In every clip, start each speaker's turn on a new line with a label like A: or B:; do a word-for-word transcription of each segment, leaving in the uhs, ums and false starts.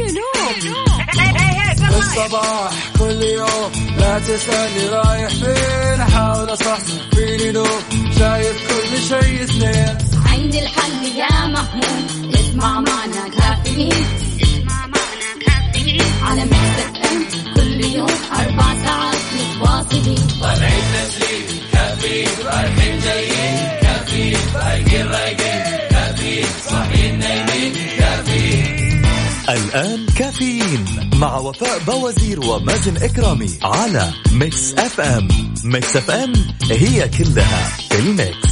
A: الصباح كل يوم لا تسألني رايح فين، أحاول أصحصح فيني نوم، شايف كل شيء سنين،
B: عندي الحل يا محمود، اسمع معنا كافيين، اسمع معنا كافيين على ميكس اف ام كل يوم أربع ساعات متواصلين، طالعين تسليم كافيين رايحين جايين كافيين رايقين رايقين كافيين صاحيين نايمين كافيين.
C: الآن كافيين مع وفاء بوازير ومازن إكرامي على ميكس اف ام. ميكس اف ام هي كلها في الميكس.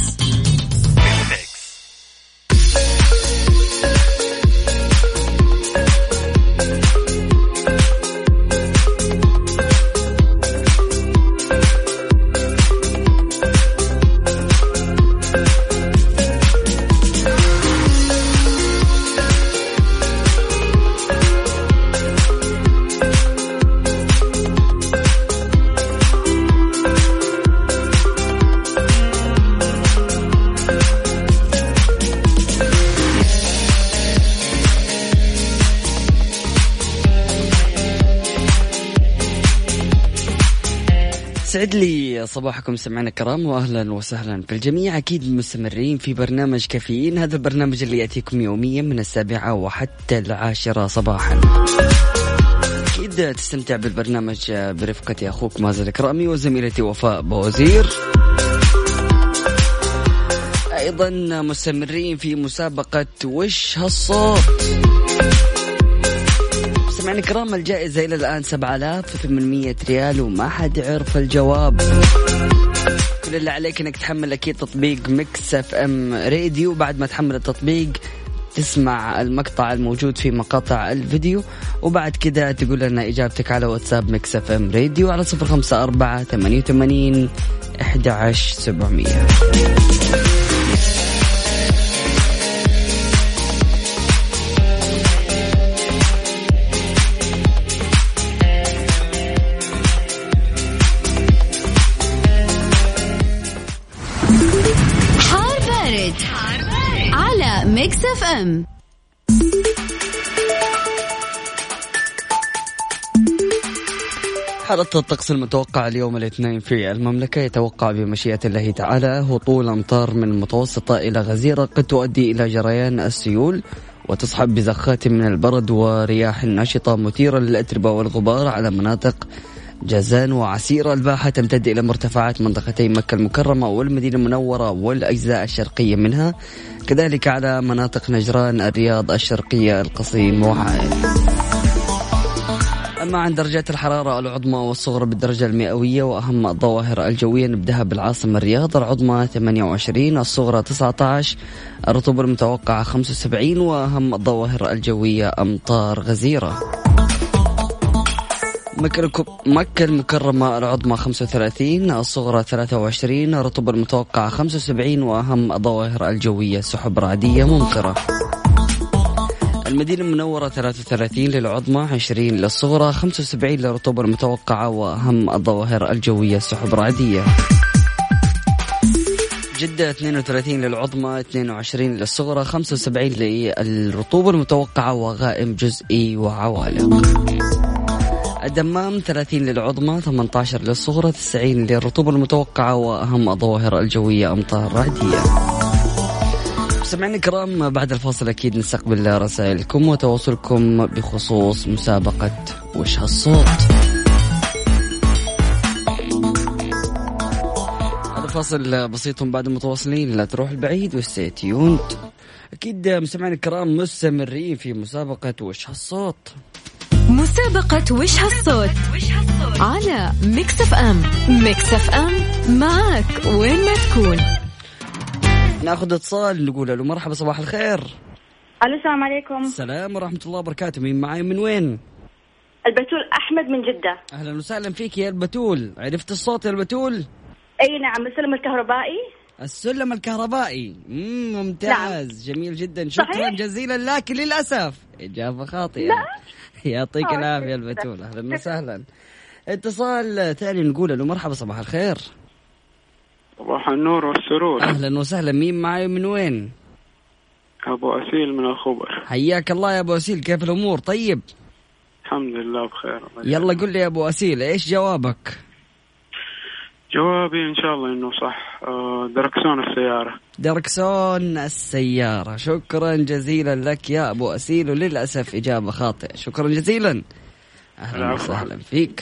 D: سعد لي صباحكم سمعنا الكرام وأهلا وسهلا في الجميع. أكيد مستمرين في برنامج كافيين، هذا البرنامج اللي يأتيكم يوميا من السابعة وحتى العاشرة صباحا. أكيد تستمتع بالبرنامج برفقتي أخوك مازن إكرامي وزميلتي وفاء بوزير. أيضا مستمرين في مسابقة وش هالصوت. سمعني كرام، الجائزة إلى الآن سبعة آلاف وثمانمية ريال وما حد يعرف الجواب. كل اللي عليك إنك تحمل أكيد تطبيق ميكس اف ام راديو. بعد ما تحمل التطبيق تسمع المقطع الموجود في مقاطع الفيديو، وبعد كده تقول لنا إجابتك على واتساب ميكس اف ام راديو على صفر خمسة أربعة ثمانية ثمانين أحد عشر سبعمية.
B: على ميكس اف ام.
D: حالة الطقس المتوقع اليوم الاثنين في المملكة يتوقع بمشيئة الله تعالى هطول أمطار من متوسطة إلى غزيرة قد تؤدي إلى جريان السيول، وتصحب بزخات من البرد ورياح ناشطة مثيرة للأتربة والغبار على مناطق جازان وعسيرة. الباحة تمتد إلى مرتفعات منطقتي مكة المكرمة والمدينة المنورة والأجزاء الشرقية منها، كذلك على مناطق نجران، الرياض الشرقية، القصيم وحائل. أما عن درجات الحرارة العظمى والصغرى بالدرجة المئوية وأهم الظواهر الجوية نبدأها بالعاصمة الرياض، العظمى ثمانية وعشرين، الصغرى تسعة عشر، الرطوبة المتوقعة خمسة وسبعين، وأهم الظواهر الجوية أمطار غزيرة. مكة المكرمة العظمى خمسة وثلاثين، الصغرى ثلاثة وعشرين، الرطوبة المتوقعة خمسة وسبعين، وأهم الظواهر الجوية سحب رعدية ممطرة. المدينة المنورة ثلاثة وثلاثين للعظمى، عشرين للصغرى، خمسة وسبعين للرطوبة المتوقعة، وأهم الظواهر الجوية سحب رعدية. جدة اثنين وثلاثين للعظمى، اثنين وعشرين للصغرى، خمسة وسبعين للرطوبة المتوقعة، وغائم جزئي وعوالق. الدمام ثلاثين للعظمى، ثمانية عشر للصغرى، تسعين للرطوبة المتوقعة، وأهم الظواهر الجوية أمطار رعدية. سمعنا الكرام، بعد الفاصل أكيد نستقبل رسائلكم وتواصلكم بخصوص مسابقة وش هالصوت. هذا فاصل بسيط بعد متواصلين، لا تروح البعيد وستي تيوند. أكيد مستمعين الكرام مستمرين في مسابقة وش هالصوت.
E: مسابقة وش هالصوت على ميكس اف ام. ميكس اف ام معك وين ما تكون.
D: ناخذ اتصال نقول له مرحبا صباح الخير.
F: الو السلام عليكم.
D: السلام ورحمة الله وبركاته. مين معاي من وين؟
F: البتول أحمد من جدة.
D: أهلا وسهلا فيك يا البتول. عرفت الصوت يا البتول؟
F: أي نعم، السلم الكهربائي.
D: السلم الكهربائي. مم ممتاز. نعم. جميل جدا، شكرا صحيح؟ جزيلا. لكن للأسف إجابة خاطئة. لا. يعطيك العافية البتول. أهلا وسهلا. اتصال ثاني نقول له مرحبا صباح الخير.
G: صباح النور والسرور.
D: أهلا وسهلا. مين معي من وين؟
G: أبو أسيل من الخبر.
D: حياك الله يا أبو أسيل، كيف الأمور؟ طيب
G: الحمد لله بخير.
D: يلا قل لي يا أبو أسيل إيش جوابك؟
G: جوابي إن شاء الله إنه صح. دركسون السيارة.
D: دركسون السيارة. شكرا جزيلا لك يا أبو أسيل، وللأسف إجابة خاطئة. شكرا جزيلا. أهلا وسهلا فيك.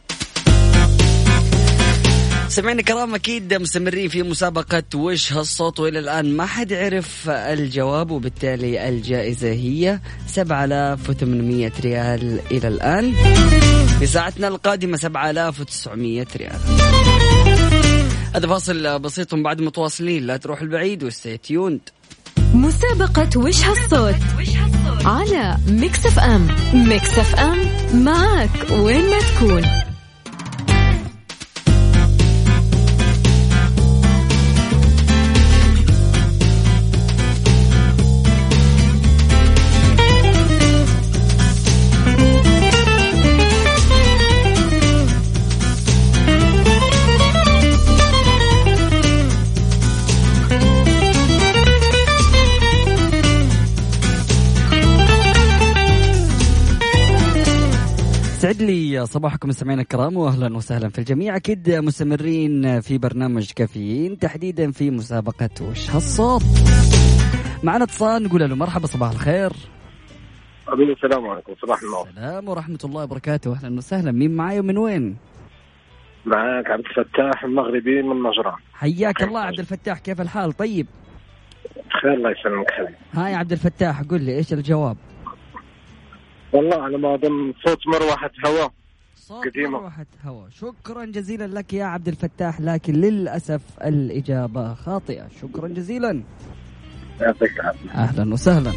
D: سمعنا كرام، أكيد مستمرين في مسابقة وش هالصوت، وإلى الآن ما حد عرف الجواب، وبالتالي الجائزة هي سبعة آلاف وثمانمية ريال إلى الآن. في ساعتنا القادمة سبعة آلاف وتسعمية ريال. هذا فاصل بسيط بعد متواصلين، لا تروح البعيد وستي تيوند.
E: مسابقة وش هالصوت على ميكس اف ام. ميكس اف ام معك وين ما تكون.
D: سعد لي صباحكم مستمعينا الكرام، واهلا وسهلا في الجميع. اكيد مستمرين في برنامج كافيين، تحديدا في مسابقه وش هالصوت. معنا اتصال نقول له مرحبا، صباح الخير.
H: أبي السلام عليكم. صباح النور.
D: السلام ورحمه الله وبركاته. اهلا وسهلا. مين معاي ومن وين؟
H: معاك عبد الفتاح المغربي من نجران.
D: حياك الله عبد الفتاح، كيف الحال؟ طيب
H: بخير الله يسلمك حبيبي.
D: هاي عبد الفتاح، قل لي ايش الجواب؟
H: والله أنا ما أظن صوت مروحة هواء
D: صوت
H: قديمة.
D: مروحة هواء. شكرا جزيلا لك يا عبد الفتاح، لكن للأسف الإجابة خاطئة. شكرا جزيلا.
H: يعطيك العافية.
D: أهلا وسهلا.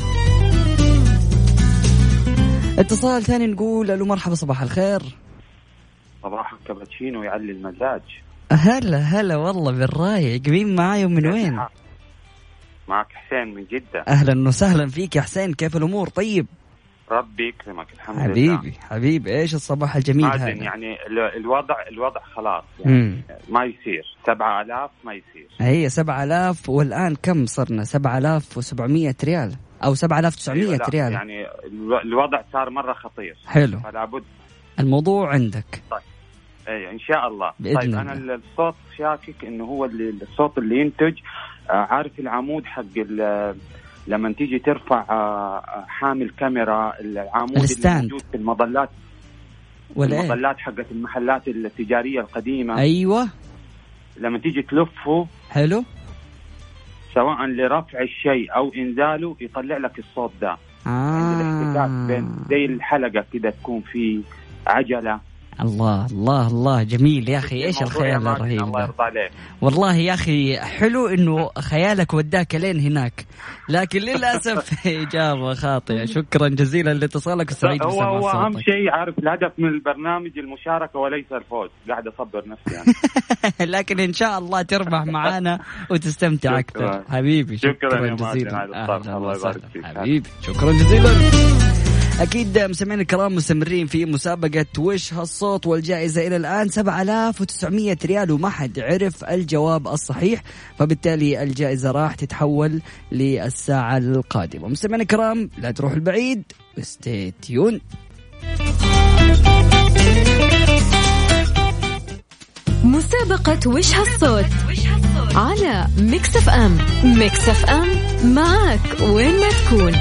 D: اتصال ثاني نقول له مرحبا، صباح الخير.
I: صباح الكابتشينو يعلي المزاج.
D: هلا هلا والله بالرايق. مين معاي ومن وين؟
I: معك حسين من جدة.
D: أهلا وسهلا فيك يا حسين، كيف الأمور؟ طيب
I: ربي يكرمك الحمد
D: حبيبي
I: لله.
D: حبيبي حبيبي ايش الصباح الجميل هذا؟
I: يعني الوضع الوضع خلاص يعني ما يصير سبعة آلاف، ما يصير.
D: هي سبعة آلاف، والآن كم صرنا؟ سبعة آلاف وسبعمية ريال أو سبعة آلاف وتسعمية
I: أيوة
D: ريال.
I: يعني الوضع صار مرة خطير.
D: حلو.
I: فلا بد
D: الموضوع عندك.
I: طيب اي ان شاء الله.
D: بإذن
I: طيب
D: الله.
I: انا الصوت شاكك انه هو اللي الصوت اللي ينتج. عارف العمود حق لما تيجي ترفع حامل كاميرا، العمود اللي موجود في المظلات المظلات حقت المحلات التجارية القديمة.
D: أيوة.
I: لما تيجي تلفه
D: حلو،
I: سواء لرفع الشيء أو إنزاله يطلع لك الصوت ده.
D: آه.
I: بين زي الحلقة كده تكون في عجلة.
D: الله الله الله جميل يا أخي. إيش الخيال الرهيب
I: الله يرضى عليك.
D: والله يا أخي حلو إنه خيالك وداك لين هناك، لكن للأسف إجابة خاطئة. شكرا جزيلا لاتصالك السعيد.
I: هو هو أهم شيء عارف الهدف من البرنامج المشاركة وليس الفوز. قاعد أصبر نفسي يعني.
D: لكن إن شاء الله تربح معانا وتستمتع أكثر حبيبي.
I: شكرا,
D: شكرا جزيلا.
I: الله يبارك فيك
D: حبيبي. شكرا جزيلا. أكيد مستمعين الكرام مستمرين في مسابقة وش هالصوت، والجائزة إلى الآن سبعة آلاف وتسعمية ريال، وما حد عرف الجواب الصحيح، فبالتالي الجائزة راح تتحول للساعة القادمة. مستمعين الكرام لا تروح البعيد، stay tuned.
E: مسابقة وش هالصوت على ميكس اف ام. ميكس اف ام معك وين ما تكون.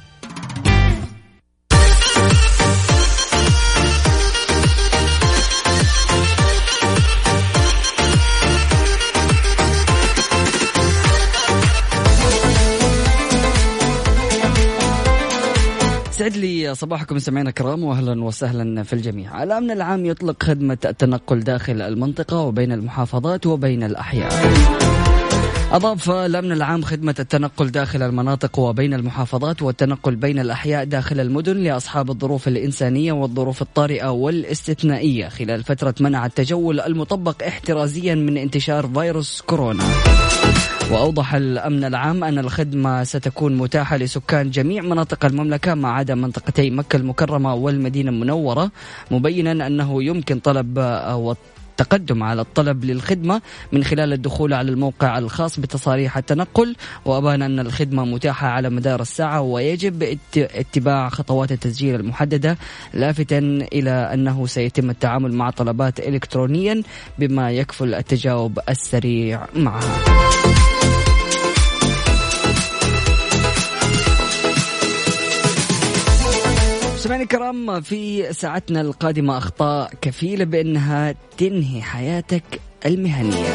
D: سعد لي صباحكم سمعنا كرام، واهلا وسهلا في الجميع. الأمن العام يطلق خدمة التنقل داخل المنطقة وبين المحافظات وبين الأحياء. أضاف الأمن العام خدمة التنقل داخل المناطق وبين المحافظات والتنقل بين الأحياء داخل المدن لأصحاب الظروف الإنسانية والظروف الطارئة والاستثنائية خلال فترة منع التجول المطبق احترازيا من انتشار فيروس كورونا. وأوضح الأمن العام أن الخدمة ستكون متاحة لسكان جميع مناطق المملكة ما عدا منطقتي مكة المكرمة والمدينة المنورة، مبينا أنه يمكن طلب التقدم على الطلب للخدمة من خلال الدخول على الموقع الخاص بتصاريح التنقل، وأبان أن الخدمة متاحة على مدار الساعة ويجب اتباع خطوات التسجيل المحددة، لافتا إلى أنه سيتم التعامل مع طلبات إلكترونيا بما يكفل التجاوب السريع معها. سمعنا الكرام، في ساعتنا القادمة أخطاء كفيلة بأنها تنهي حياتك المهنية.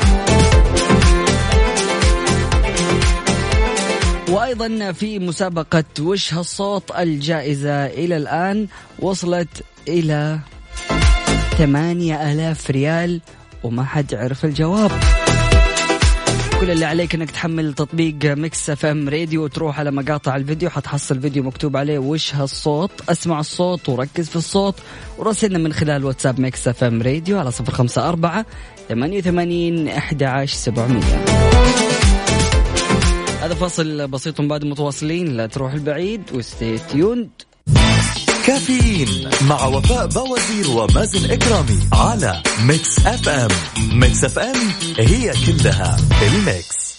D: وأيضا في مسابقة وش هالصوت الجائزة إلى الآن وصلت إلى ثمانية آلاف ريال وما حد عرف الجواب. كل اللي عليك انك تحمل تطبيق ميكس اف ام راديو وتروح على مقاطع الفيديو، حتحصل فيديو مكتوب عليه وش هالصوت، اسمع الصوت وركز في الصوت وراسلنا من خلال واتساب ميكس اف ام راديو على صفر خمسة أربعة ثمانية وثمانين أحد عشر سبعمية. هذا فاصل بسيط بعد متواصلين، لا تروح البعيد وستي تيوند.
C: كافيين مع وفاء بوازير ومازن إكرامي على ميكس اف ام. ميكس اف ام هي كلها الميكس.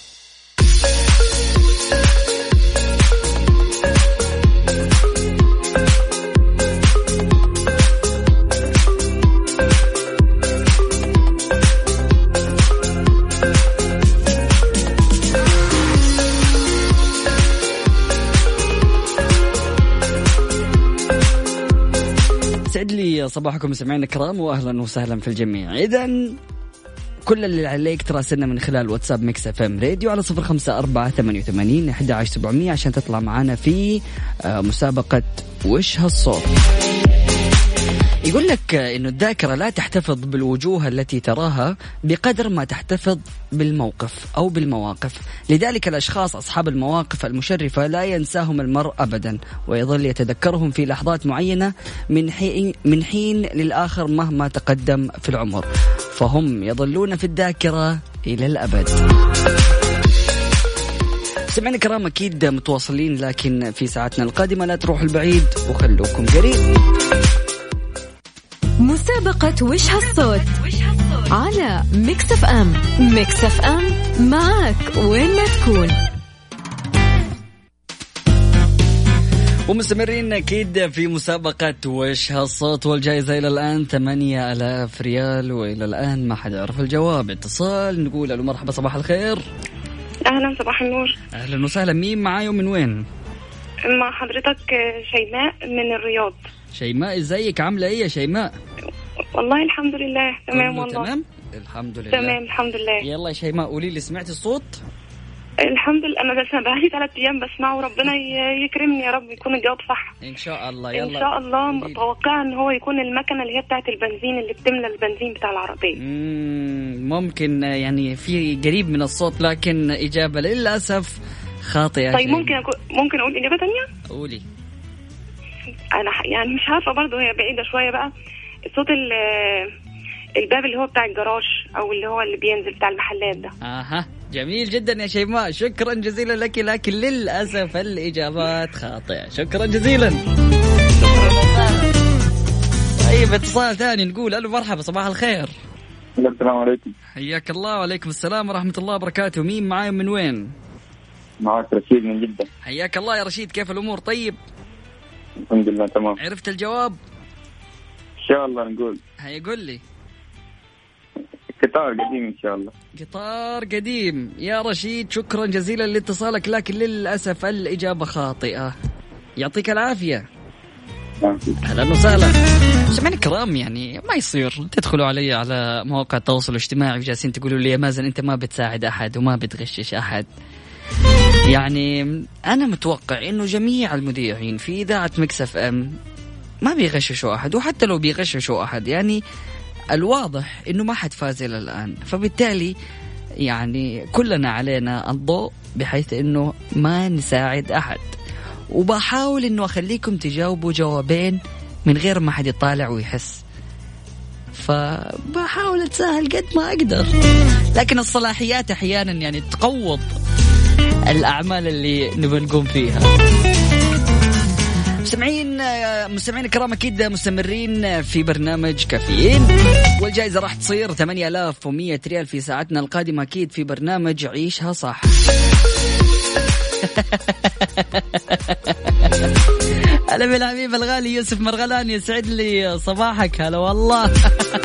D: سعد لي صباحكم سمعين الكرام واهلا وسهلا في الجميع. اذن كل اللي عليك تراسلنا من خلال واتساب ميكس اف ام راديو على صفر خمسة أربعة ثمانية وثمانين أحد عشر سبعمية عشان تطلع معنا في مسابقة وش هالصوت. يقول لك إنه الذاكرة لا تحتفظ بالوجوه التي تراها بقدر ما تحتفظ بالموقف أو بالمواقف، لذلك الأشخاص أصحاب المواقف المشرفة لا ينساهم المرء أبدا، ويظل يتذكرهم في لحظات معينة من حين, من حين للآخر مهما تقدم في العمر، فهم يظلون في الذاكرة إلى الأبد. سمعنا كرام أكيد متواصلين، لكن في ساعتنا القادمة لا تروحوا البعيد وخلوكم قريب.
E: مسابقة وش هالصوت على ميكس اف ام. ميكس اف ام معك وين ما تكون.
D: ومستمرين أكيد في مسابقة وش هالصوت، والجائزة إلى الآن ثمانية آلاف ريال، وإلى الآن ما حد عرف الجواب. اتصال نقول ألو مرحبا صباح الخير.
J: أهلا صباح النور.
D: أهلا وسهلا، مين معاي ومن وين؟
J: مع حضرتك شيماء من الرياض.
D: شيماء ازيك، عامله ايه يا شيماء؟
J: والله الحمد لله تمام. والله
D: تمام الحمد لله
J: تمام الحمد لله.
D: يلا يا شيماء قولي لي، سمعت الصوت؟
J: الحمد لله انا بس بقالي ثلاث ايام بسمعه، وربنا يكرمني يا رب يكون الجواب صح
D: ان شاء الله. يلا
J: ان شاء الله. متوقعه ان هو يكون المكنه اللي هي بتاعه البنزين اللي بتملى البنزين بتاع العربيه.
D: امم ممكن يعني في قريب من الصوت، لكن اجابه للاسف خاطئه.
J: طيب ممكن أقول ممكن اقول اجابه ثانيه؟
D: قولي.
J: انا يعني مش عارفه برضه، هي بعيده شويه بقى. صوت الباب اللي هو بتاع الجراج او اللي هو اللي بينزل بتاع المحلات ده.
D: اها جميل جدا يا شيماء، شكرا جزيلا لك، لكن للاسف الاجابات خاطئه. شكرا جزيلا. طيب اتصال ثاني نقول الو مرحبا صباح الخير.
H: السلام عليكم.
D: حياك الله. وعليكم السلام ورحمه الله وبركاته. مين معاي من وين؟
H: معك رشيد من جدة.
D: حياك الله يا رشيد، كيف الامور؟ طيب
H: الحمد لله تمام.
D: عرفت الجواب؟
H: ان شاء الله نقول.
D: هيا قول لي.
H: قطار قديم ان شاء الله.
D: قطار قديم يا رشيد، شكرا جزيلا لاتصالك، لكن للاسف الاجابه خاطئه. يعطيك العافيه. اهلا وسهلا. سمعنا الكرام، يعني ما يصير تدخلوا علي على مواقع التواصل الاجتماعي وجالسين تقولوا لي يا مازن انت ما بتساعد احد وما بتغشش احد. يعني أنا متوقع إنه جميع المذيعين في إذاعة ميكس اف ام ما بيغششوا أحد، وحتى لو بيغششوا أحد يعني الواضح إنه ما حد فاز إلى الآن، فبالتالي يعني كلنا علينا الضوء بحيث إنه ما نساعد أحد. وبحاول إنه أخليكم تجاوبوا جوابين من غير ما حد يطالع ويحس، فبحاول أتساهل قد ما أقدر، لكن الصلاحيات أحيانا يعني تقوض الأعمال اللي نبغى نقوم فيها. مستمعين مستمعين الكرام أكيد مستمرين في برنامج كافيين، والجائزة راح تصير ثمانية آلاف ومية ريال في ساعتنا القادمة أكيد في برنامج عيشها صح. هلا بالحبيب الغالي يوسف مرغلان، يسعد لي صباحك. هلا والله.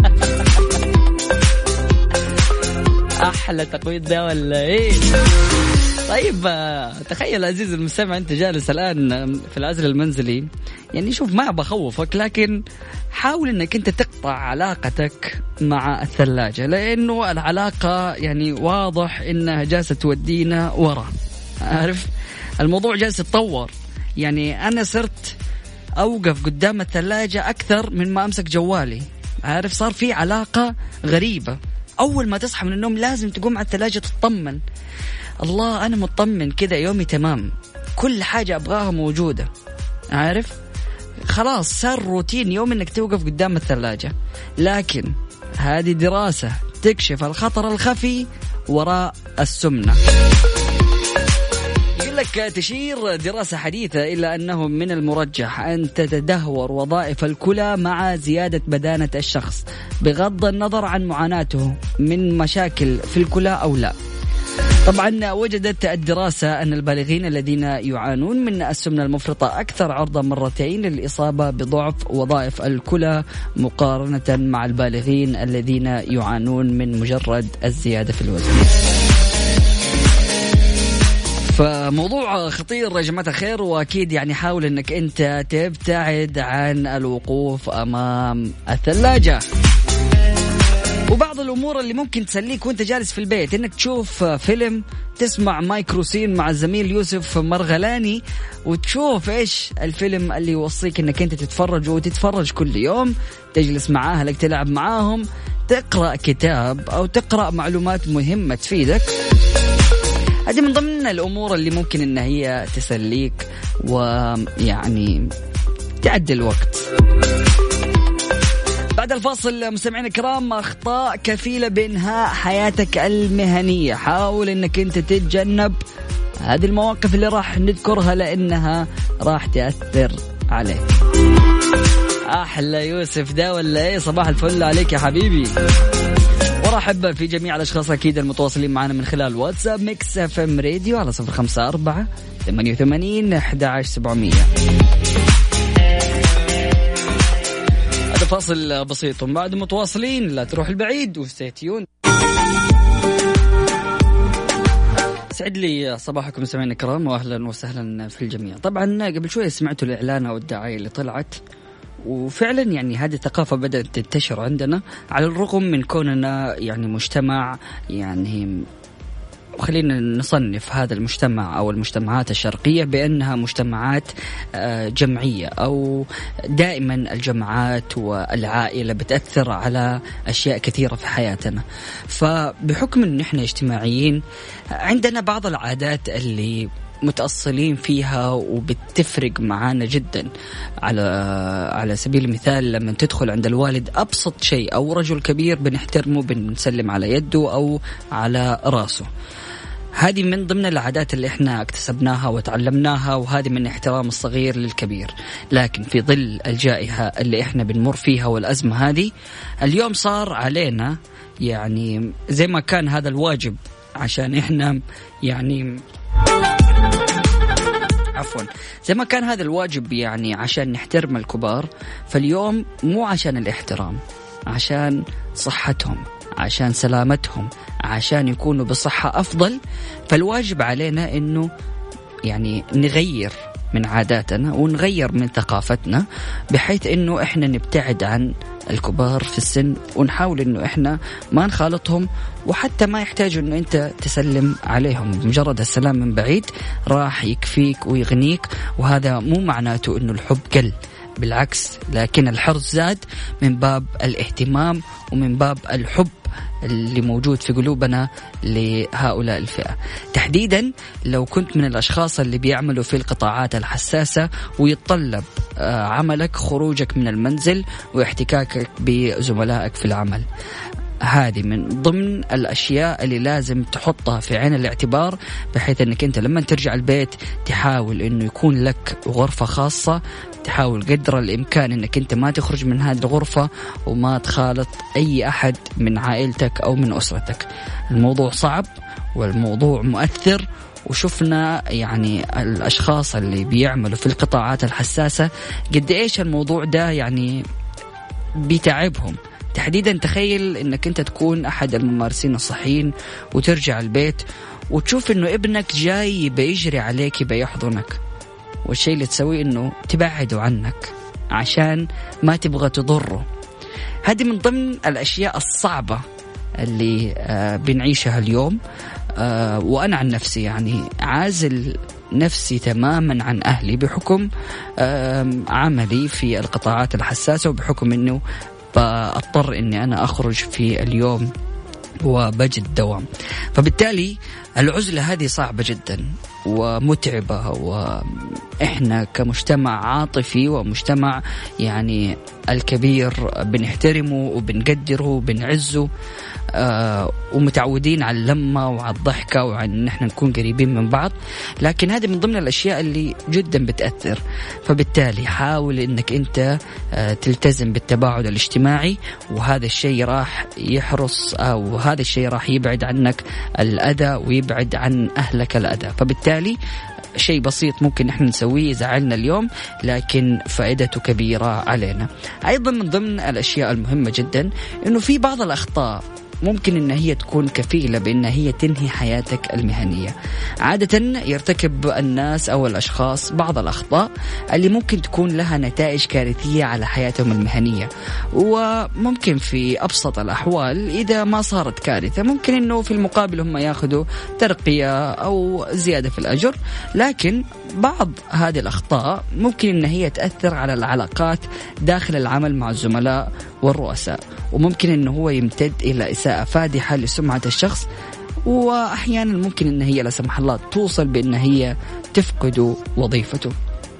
D: أحلى تقويض ده ولا إيه؟ طيب تخيل عزيز المستمع أنت جالس الآن في العزل المنزلي، يعني شوف ما بخوفك لكن حاول أنك أنت تقطع علاقتك مع الثلاجة، لأنه العلاقة يعني واضح أنها جالسة تودينا ورا. عارف الموضوع جالس يتطور، يعني أنا صرت أوقف قدام الثلاجة أكثر من ما أمسك جوالي. عارف صار في علاقة غريبة، أول ما تصحى من النوم لازم تقوم على الثلاجة تطمن، الله أنا مطمن كذا يومي تمام، كل حاجة أبغاها موجودة. عارف خلاص صار روتين يوم أنك توقف قدام الثلاجة. لكن هذه دراسة تكشف الخطر الخفي وراء السمنة. يقول لك تشير دراسة حديثة إلى أنه من المرجح أن تتدهور وظائف الكلى مع زيادة بدانة الشخص بغض النظر عن معاناته من مشاكل في الكلى أو لا. طبعا وجدت الدراسة أن البالغين الذين يعانون من السمنة المفرطة أكثر عرضة مرتين للإصابة بضعف وظائف الكلى مقارنة مع البالغين الذين يعانون من مجرد الزيادة في الوزن. فموضوع خطير يا جماعة الخير، وأكيد يعني حاول أنك أنت تبتعد عن الوقوف أمام الثلاجة. وبعض الأمور اللي ممكن تسليك وانت جالس في البيت انك تشوف فيلم، تسمع مايكروسين مع الزميل يوسف مرغلاني وتشوف ايش الفيلم اللي يوصيك انك انت تتفرج وتتفرج كل يوم، تجلس مع أهلك تلعب معاهم، تقرأ كتاب أو تقرأ معلومات مهمة تفيدك. هذه من ضمن الأمور اللي ممكن ان هي تسليك ويعني تعدي الوقت. بعد الفاصل مستمعين الكرام، أخطاء كفيلة بإنهاء حياتك المهنية. حاول إنك أنت تتجنب هذه المواقف اللي راح نذكرها لأنها راح تأثر عليك. أحلى يوسف ده ولا إيه؟ صباح الفل عليك يا حبيبي. ورحب في جميع الأشخاص أكيد المتواصلين معنا من خلال واتساب ميكس اف ام راديو على صفر خمسة أربعة ثمانية وثمانين أحد عشر سبعمية. هذا فاصل بسيط وبعد متواصلين، لا تروح البعيد وستيتيون. سعد لي صباحكم مستمعينا الكرام واهلا وسهلا في الجميع. طبعا قبل شويه سمعتوا الاعلان او الدعايه اللي طلعت، وفعلا يعني هذه الثقافه بدات تنتشر عندنا على الرغم من كوننا يعني مجتمع، يعني خلينا نصنف هذا المجتمع أو المجتمعات الشرقية بأنها مجتمعات جمعية، أو دائما الجماعات والعائلة بتأثر على أشياء كثيرة في حياتنا. فبحكم أن نحن اجتماعيين عندنا بعض العادات اللي متأصلين فيها وبتفرق معانا جدا. على على سبيل المثال لما تدخل عند الوالد أبسط شيء أو رجل كبير بنحترمه، بنسلم على يده أو على رأسه. هذه من ضمن العادات اللي احنا اكتسبناها وتعلمناها، وهذه من احترام الصغير للكبير. لكن في ظل الجائحة اللي احنا بنمر فيها والأزمة هذه، اليوم صار علينا يعني زي ما كان هذا الواجب عشان احنا يعني عفوا زي ما كان هذا الواجب يعني عشان نحترم الكبار، فاليوم مو عشان الاحترام، عشان صحتهم، عشان سلامتهم، عشان يكونوا بصحة أفضل. فالواجب علينا إنه يعني نغير من عاداتنا ونغير من ثقافتنا بحيث إنه إحنا نبتعد عن الكبار في السن، ونحاول إنه إحنا ما نخالطهم، وحتى ما يحتاجوا إنه أنت تسلم عليهم. مجرد السلام من بعيد راح يكفيك ويغنيك. وهذا مو معناته إنه الحب قل، بالعكس، لكن الحرص زاد من باب الاهتمام ومن باب الحب اللي موجود في قلوبنا لهؤلاء الفئة. تحديدا لو كنت من الأشخاص اللي بيعملوا في القطاعات الحساسة ويتطلب عملك خروجك من المنزل واحتكاكك بزملائك في العمل، هذه من ضمن الأشياء اللي لازم تحطها في عين الاعتبار، بحيث أنك أنت لما ترجع البيت تحاول أنه يكون لك غرفة خاصة، تحاول قدر الإمكان أنك أنت ما تخرج من هذه الغرفة وما تخالط أي أحد من عائلتك أو من أسرتك. الموضوع صعب والموضوع مؤثر، وشفنا يعني الأشخاص اللي بيعملوا في القطاعات الحساسة قد إيش الموضوع ده يعني بيتعبهم. تحديدا تخيل انك انت تكون احد الممارسين الصحيين وترجع البيت وتشوف انه ابنك جاي بيجري عليك بيحضنك، والشيء اللي تسويه انه تبعده عنك عشان ما تبغى تضره. هذه من ضمن الاشياء الصعبة اللي آه بنعيشها اليوم. آه وانا عن نفسي يعني عازل نفسي تماما عن أهلي بحكم آه عملي في القطاعات الحساسة، وبحكم انه فأضطر أني أنا أخرج في اليوم وبجد دوام. فبالتالي العزلة هذه صعبة جدا ومتعبة، وإحنا كمجتمع عاطفي ومجتمع يعني الكبير بنحترمه وبنقدره وبنعزه، آه ومتعودين على اللمة وعلى الضحكة وعن إن إحنا نكون قريبين من بعض، لكن هذه من ضمن الأشياء اللي جدا بتأثر. فبالتالي حاول إنك أنت آه تلتزم بالتباعد الاجتماعي، وهذا الشيء راح يحرص أو هذا الشيء راح يبعد عنك الأذى ويبعد عن أهلك الأذى. فبالتالي شيء بسيط ممكن نحن نسويه يزعلنا اليوم لكن فائدته كبيرة علينا. أيضا من ضمن الأشياء المهمة جدا إنه في بعض الأخطاء ممكن إن هي تكون كفيلة بأن هي تنهي حياتك المهنية. عادة يرتكب الناس أو الأشخاص بعض الأخطاء اللي ممكن تكون لها نتائج كارثية على حياتهم المهنية، وممكن في أبسط الأحوال إذا ما صارت كارثة ممكن إنه في المقابل هم ياخذوا ترقية أو زيادة في الأجر، لكن بعض هذه الأخطاء ممكن إن هي تأثر على العلاقات داخل العمل مع الزملاء والرؤساء، وممكن إنه هو يمتد إلى إساءة فادحة لسمعة الشخص، وأحيانا ممكن إن هي لا سمح الله توصل بأن هي تفقد وظيفته.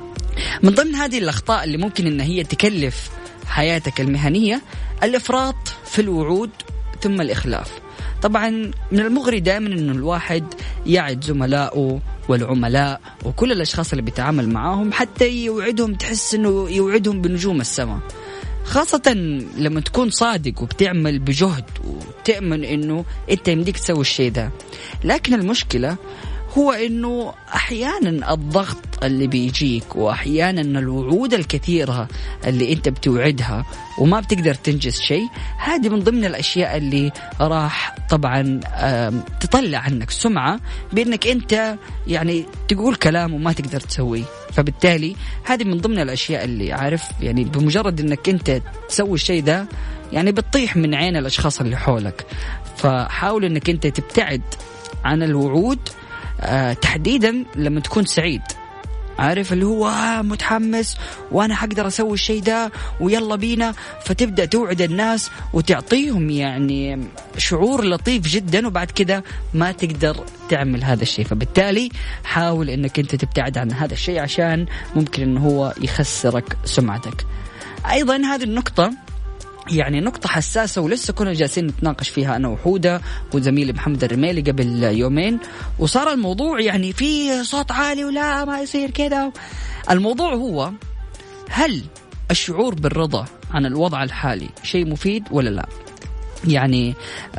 D: من ضمن هذه الأخطاء اللي ممكن إن هي تكلف حياتك المهنية الإفراط في الوعود ثم الإخلاف. طبعا من المغري دائما إنه الواحد يعد زملائه والعملاء وكل الأشخاص اللي بيتعامل معاهم حتى يوعدهم، تحس إنه يوعدهم بنجوم السماء، خاصة لما تكون صادق وبتعمل بجهد وتأمن إنه أنت يمديك تسوي الشيء ده. لكن المشكلة هو إنه أحيانا الضغط اللي بيجيك وأحيانا الوعود الكثيرة اللي أنت بتوعدها وما بتقدر تنجز شيء، هذه من ضمن الأشياء اللي راح طبعا تطلع عنك سمعة بأنك أنت يعني تقول كلام وما تقدر تسويه. فبالتالي هذه من ضمن الأشياء اللي عارف يعني بمجرد أنك أنت تسوي الشيء ده يعني بتطيح من عين الأشخاص اللي حولك. فحاول أنك أنت تبتعد عن الوعود أه تحديدا لما تكون سعيد، عارف اللي هو متحمس وأنا حقدر أسوي الشيء ده ويلا بينا، فتبدأ توعد الناس وتعطيهم يعني شعور لطيف جدا وبعد كده ما تقدر تعمل هذا الشيء. فبالتالي حاول أنك أنت تبتعد عن هذا الشيء عشان ممكن أنه هو يخسرك سمعتك. أيضا هذه النقطة يعني نقطة حساسة ولسه كنا جالسين نتناقش فيها أنا وحودة وزميلي محمد الرميلي قبل يومين، وصار الموضوع يعني فيه صوت عالي ولا ما يصير كده. الموضوع هو هل الشعور بالرضا عن الوضع الحالي شيء مفيد ولا لا؟ يعني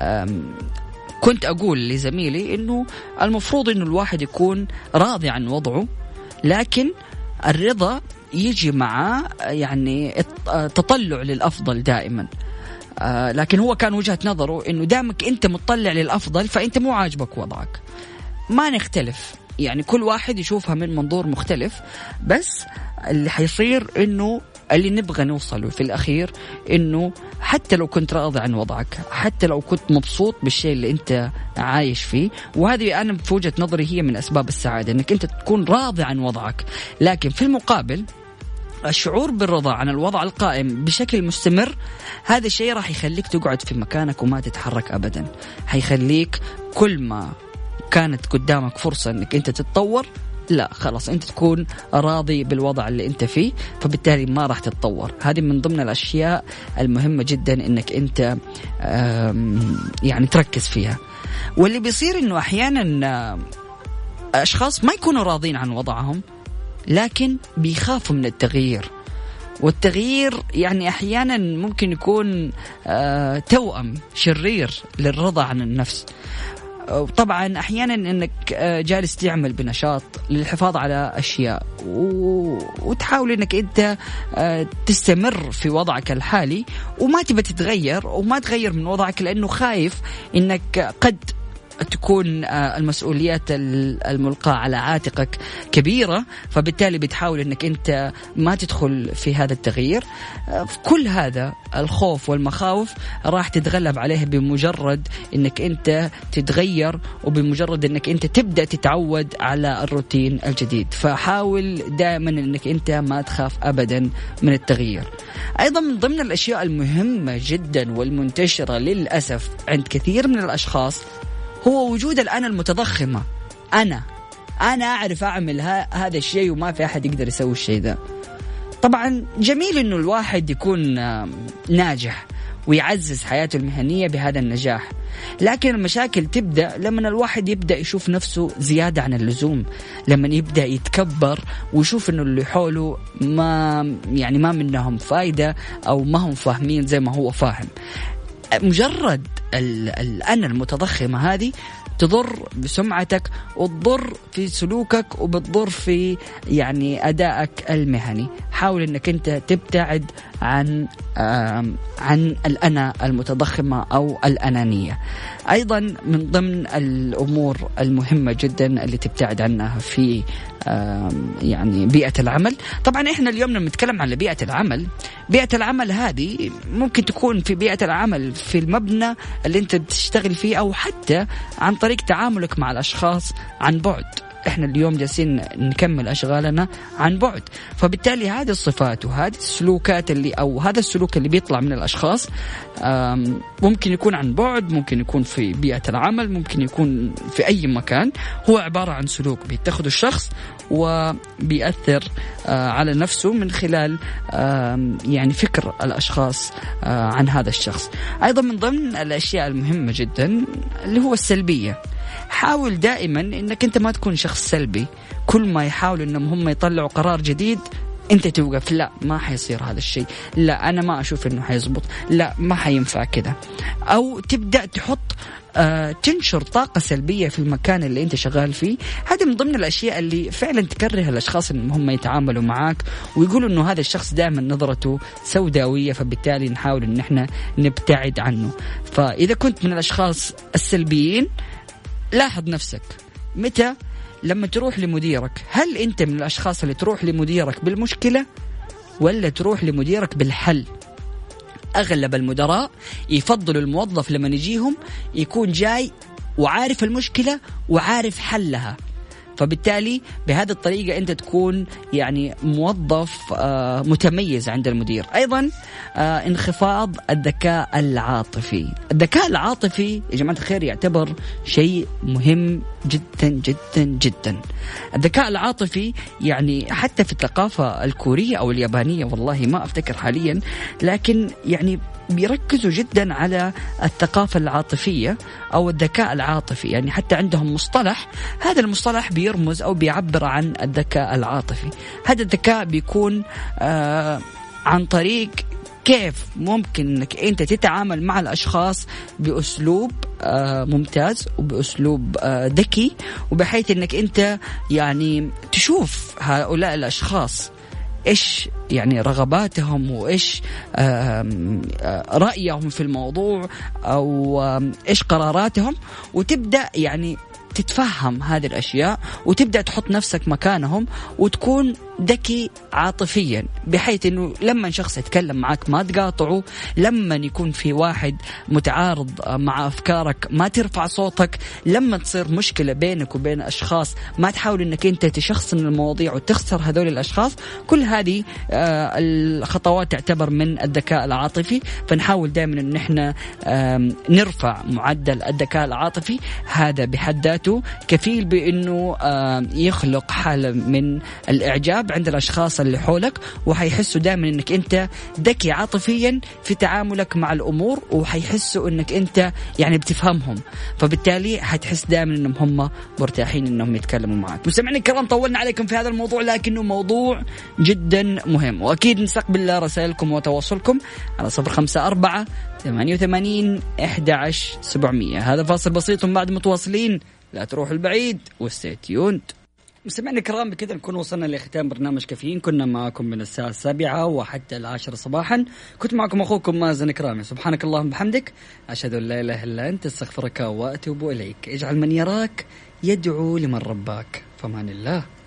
D: كنت أقول لزميلي إنه المفروض إنه الواحد يكون راضي عن وضعه، لكن الرضا يجي مع يعني تطلع للأفضل دائما. آه لكن هو كان وجهة نظره إنه دامك أنت متطلع للأفضل فأنت مو عاجبك وضعك. ما نختلف، يعني كل واحد يشوفها من منظور مختلف، بس اللي حيصير إنه اللي نبغى نوصله في الأخير إنه حتى لو كنت راضي عن وضعك، حتى لو كنت مبسوط بالشيء اللي أنت عايش فيه، وهذه أنا في وجهة نظري هي من أسباب السعادة إنك أنت تكون راضي عن وضعك، لكن في المقابل الشعور بالرضا عن الوضع القائم بشكل مستمر هذا الشيء راح يخليك تقعد في مكانك وما تتحرك أبدا. هيخليك كل ما كانت قدامك فرصة إنك أنت تتطور لا خلاص أنت تكون راضي بالوضع اللي أنت فيه، فبالتالي ما راح تتطور. هذه من ضمن الأشياء المهمة جدا إنك أنت يعني تركز فيها. واللي بيصير إنه أحيانا أشخاص ما يكونوا راضين عن وضعهم لكن بيخافوا من التغيير، والتغيير يعني أحيانا ممكن يكون توأم شرير للرضا عن النفس. طبعا أحيانا أنك جالس تعمل بنشاط للحفاظ على أشياء وتحاول أنك أنت تستمر في وضعك الحالي وما تبى تتغير وما تغير من وضعك لأنه خايف أنك قد تكون المسؤوليات الملقاة على عاتقك كبيرة، فبالتالي بتحاول أنك أنت ما تدخل في هذا التغيير. كل هذا الخوف والمخاوف راح تتغلب عليه بمجرد أنك أنت تتغير وبمجرد أنك أنت تبدأ تتعود على الروتين الجديد. فحاول دائما أنك أنت ما تخاف أبدا من التغيير. أيضا من ضمن الأشياء المهمة جدا والمنتشرة للأسف عند كثير من الأشخاص هو وجود الأنا المتضخمة. أنا أنا أعرف أعمل هذا الشيء وما في أحد يقدر يسوي الشيء ده. طبعا جميل إنه الواحد يكون ناجح ويعزز حياته المهنية بهذا النجاح، لكن المشاكل تبدأ لما الواحد يبدأ يشوف نفسه زيادة عن اللزوم، لما يبدأ يتكبر ويشوف إنه اللي حوله ما يعني ما منهم فايدة أو ما هم فاهمين زي ما هو فاهم. مجرد الأنا المتضخمة هذه تضر بسمعتك وتضر في سلوكك وبتضر في يعني أدائك المهني. حاول أنك أنت تبتعد عن عن الأنا المتضخمة أو الأنانية. أيضا من ضمن الأمور المهمة جدا اللي تبتعد عنها في يعني بيئة العمل. طبعا إحنا اليوم نتكلم عن بيئة العمل. بيئة العمل هذه ممكن تكون في بيئة العمل في المبنى اللي أنت بتشتغل فيه أو حتى عن طريق تعاملك مع الأشخاص عن بعد. إحنا اليوم جالسين نكمل أشغالنا عن بعد، فبالتالي هذه الصفات وهذه السلوكات اللي أو هذا السلوك اللي بيطلع من الأشخاص ممكن يكون عن بعد، ممكن يكون في بيئة العمل، ممكن يكون في أي مكان. هو عبارة عن سلوك بيتخذه الشخص وبيأثر على نفسه من خلال يعني فكر الأشخاص عن هذا الشخص. أيضا من ضمن الأشياء المهمة جدا اللي هو السلبية. حاول دائما انك انت ما تكون شخص سلبي. كل ما يحاول انهم هم يطلعوا قرار جديد انت توقف، لا ما حيصير هذا الشيء، لا انا ما اشوف انه حيزبط، لا ما حينفع كده. او تبدأ تحط آه تنشر طاقة سلبية في المكان اللي انت شغال فيه. هذه من ضمن الاشياء اللي فعلا تكره الاشخاص ان هم يتعاملوا معاك ويقولوا انه هذا الشخص دائما نظرته سوداوية، فبالتالي نحاول ان احنا نبتعد عنه. فاذا كنت من الاشخاص السلبيين لاحظ نفسك متى لما تروح لمديرك، هل أنت من الأشخاص اللي تروح لمديرك بالمشكلة ولا تروح لمديرك بالحل؟ أغلب المدراء يفضلوا الموظف لما يجيهم يكون جاي وعارف المشكلة وعارف حلها، فبالتالي بهذه الطريقة أنت تكون يعني موظف آه متميز عند المدير. أيضا آه انخفاض الذكاء العاطفي. الذكاء العاطفي يا جماعة الخير يعتبر شيء مهم جدا جدا جدا. الذكاء العاطفي يعني حتى في الثقافة الكورية أو اليابانية والله ما أفتكر حاليا، لكن يعني بيركزوا جدا على الثقافة العاطفية أو الذكاء العاطفي. يعني حتى عندهم مصطلح، هذا المصطلح بيرمز أو بيعبر عن الذكاء العاطفي. هذا الذكاء بيكون آه عن طريق كيف ممكن أنك أنت تتعامل مع الأشخاص بأسلوب آه ممتاز وبأسلوب آه ذكي، وبحيث أنك أنت يعني تشوف هؤلاء الأشخاص إيش يعني رغباتهم وإيش رأيهم في الموضوع أو إيش قراراتهم، وتبدأ يعني تتفهم هذه الأشياء وتبدأ تحط نفسك مكانهم وتكون ذكي عاطفيا، بحيث أنه لما شخص يتكلم معك ما تقاطعه، لما يكون في واحد متعارض مع أفكارك ما ترفع صوتك، لما تصير مشكلة بينك وبين أشخاص ما تحاول أنك أنت تشخصن المواضيع وتخسر هذول الأشخاص. كل هذه الخطوات تعتبر من الذكاء العاطفي. فنحاول دائما أن احنا نرفع معدل الذكاء العاطفي. هذا بحد ذاته كفيل بأنه يخلق حالة من الإعجاب عند الأشخاص اللي حولك، وحيحسوا دائما أنك أنت ذكي عاطفيا في تعاملك مع الأمور، وحيحسوا أنك أنت يعني بتفهمهم، فبالتالي حتحس دائما أنهم هم مرتاحين أنهم يتكلموا معك. مستمعينا الكرام، طولنا عليكم في هذا الموضوع، لكنه موضوع جدا مهم، وأكيد نستقبل رسائلكم وتواصلكم على صفر خمسة أربعة ثمانية وثمانين أحد عشر سبعمية. هذا فاصل بسيط بعد متواصلين، لا تروحوا البعيد وستيتيوند. مستمعينا الكرام، بكذا نكون وصلنا لختام برنامج كافيين. كنا معكم من الساعة السابعة وحتى العاشرة صباحا. كنت معكم أخوكم مازن إكرامي. سبحانك اللهم بحمدك، أشهد أن لا إله إلا أنت، استغفرك وأتوب إليك. اجعل من يراك يدعو لمن رباك. فمان الله.